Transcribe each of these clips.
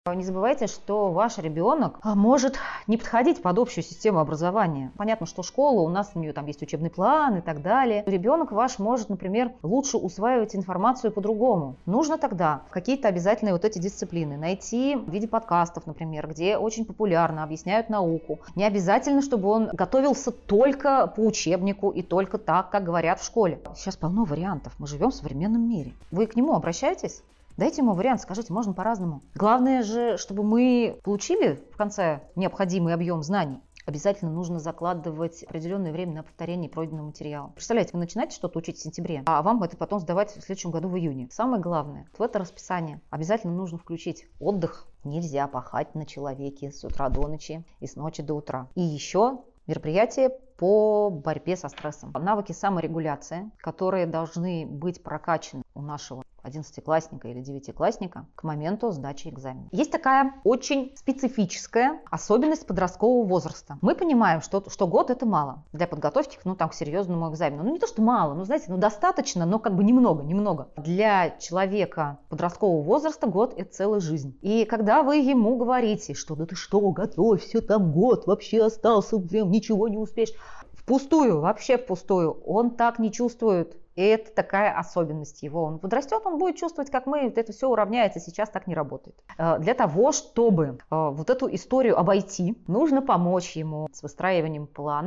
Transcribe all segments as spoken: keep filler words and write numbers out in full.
Не забывайте, что ваш ребенок может не подходить под общую систему образования. Понятно, что школа, у нас у нее там есть учебный план и так далее. Ребенок ваш может, например, лучше усваивать информацию по-другому. Нужно тогда какие-то обязательные вот эти дисциплины найти в виде подкастов, например, где очень популярно объясняют науку. Не обязательно, чтобы он готовился только по учебнику и только так, как говорят в школе. Сейчас полно вариантов. Мы живем в современном мире. Вы к нему обращаетесь? Дайте ему вариант, скажите, можно по-разному. Главное же, чтобы мы получили в конце необходимый объем знаний. Обязательно нужно закладывать определенное время на повторение пройденного материала. Представляете, вы начинаете что-то учить в сентябре, а вам это потом сдавать в следующем году в июне. Самое главное, в это расписание обязательно нужно включить отдых. Нельзя пахать на человеке с утра до ночи и с ночи до утра. И еще мероприятия по борьбе со стрессом. Навыки саморегуляции, которые должны быть прокачаны у нашего одиннадцатиклассника или девятиклассника к моменту сдачи экзамена. Есть такая очень специфическая особенность подросткового возраста. Мы понимаем, что, что год это мало для подготовки ну, там, к серьезному экзамену. Ну не то, что мало, ну знаете, ну достаточно, но как бы немного, немного. Для человека подросткового возраста год это целая жизнь. И когда вы ему говорите, что да ты что, готовься, там год вообще остался, прям ничего не успеешь. Впустую, вообще впустую. Он так не чувствует. И это такая особенность его. Он подрастет, он будет чувствовать, как мы, вот это все уравняется, сейчас так не работает. Для того, чтобы вот эту историю обойти, нужно помочь ему с выстраиванием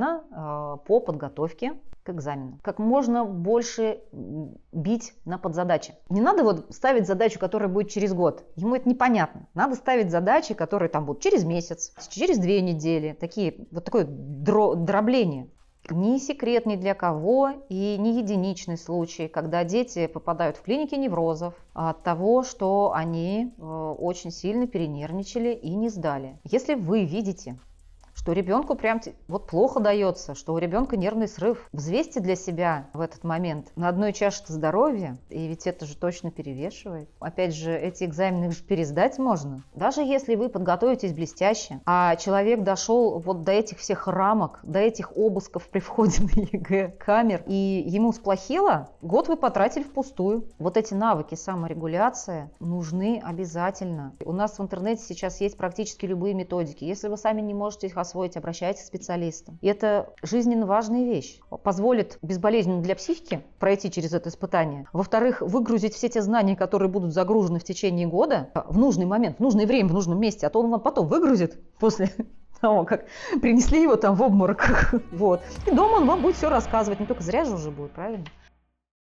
плана по подготовке к экзамену. Как можно больше бить на подзадачи. Не надо вот ставить задачу, которая будет через год. Ему это непонятно. Надо ставить задачи, которые там будут через месяц, через две недели. Такие, вот такое дро- дробление. Не секрет ни для кого и не единичный случай, когда дети попадают в клиники неврозов от того, что они очень сильно перенервничали и не сдали. Если вы видите, что ребенку прям вот плохо дается, что у ребенка нервный срыв, взвесьте для себя в этот момент на одной чаше здоровья, и ведь это же точно перевешивает. Опять же, эти экзамены же пересдать можно. Даже если вы подготовитесь блестяще, а человек дошел вот до этих всех рамок, до этих обысков при входе на ЕГЭ, камер, и ему сплохело, год вы потратили впустую. Вот эти навыки саморегуляции нужны обязательно. У нас в интернете сейчас есть практически любые методики. Если вы сами не можете их освоить, обращайтесь к специалистам. И это жизненно важная вещь. Позволит безболезненно для психики пройти через это испытание. Во-вторых, выгрузить все те знания, которые будут загружены в течение года в нужный момент, в нужное время, в нужном месте, а то он вам потом выгрузит после того, как принесли его там в обморок. Вот. И дома он вам будет все рассказывать. Не только зря же уже будет, правильно?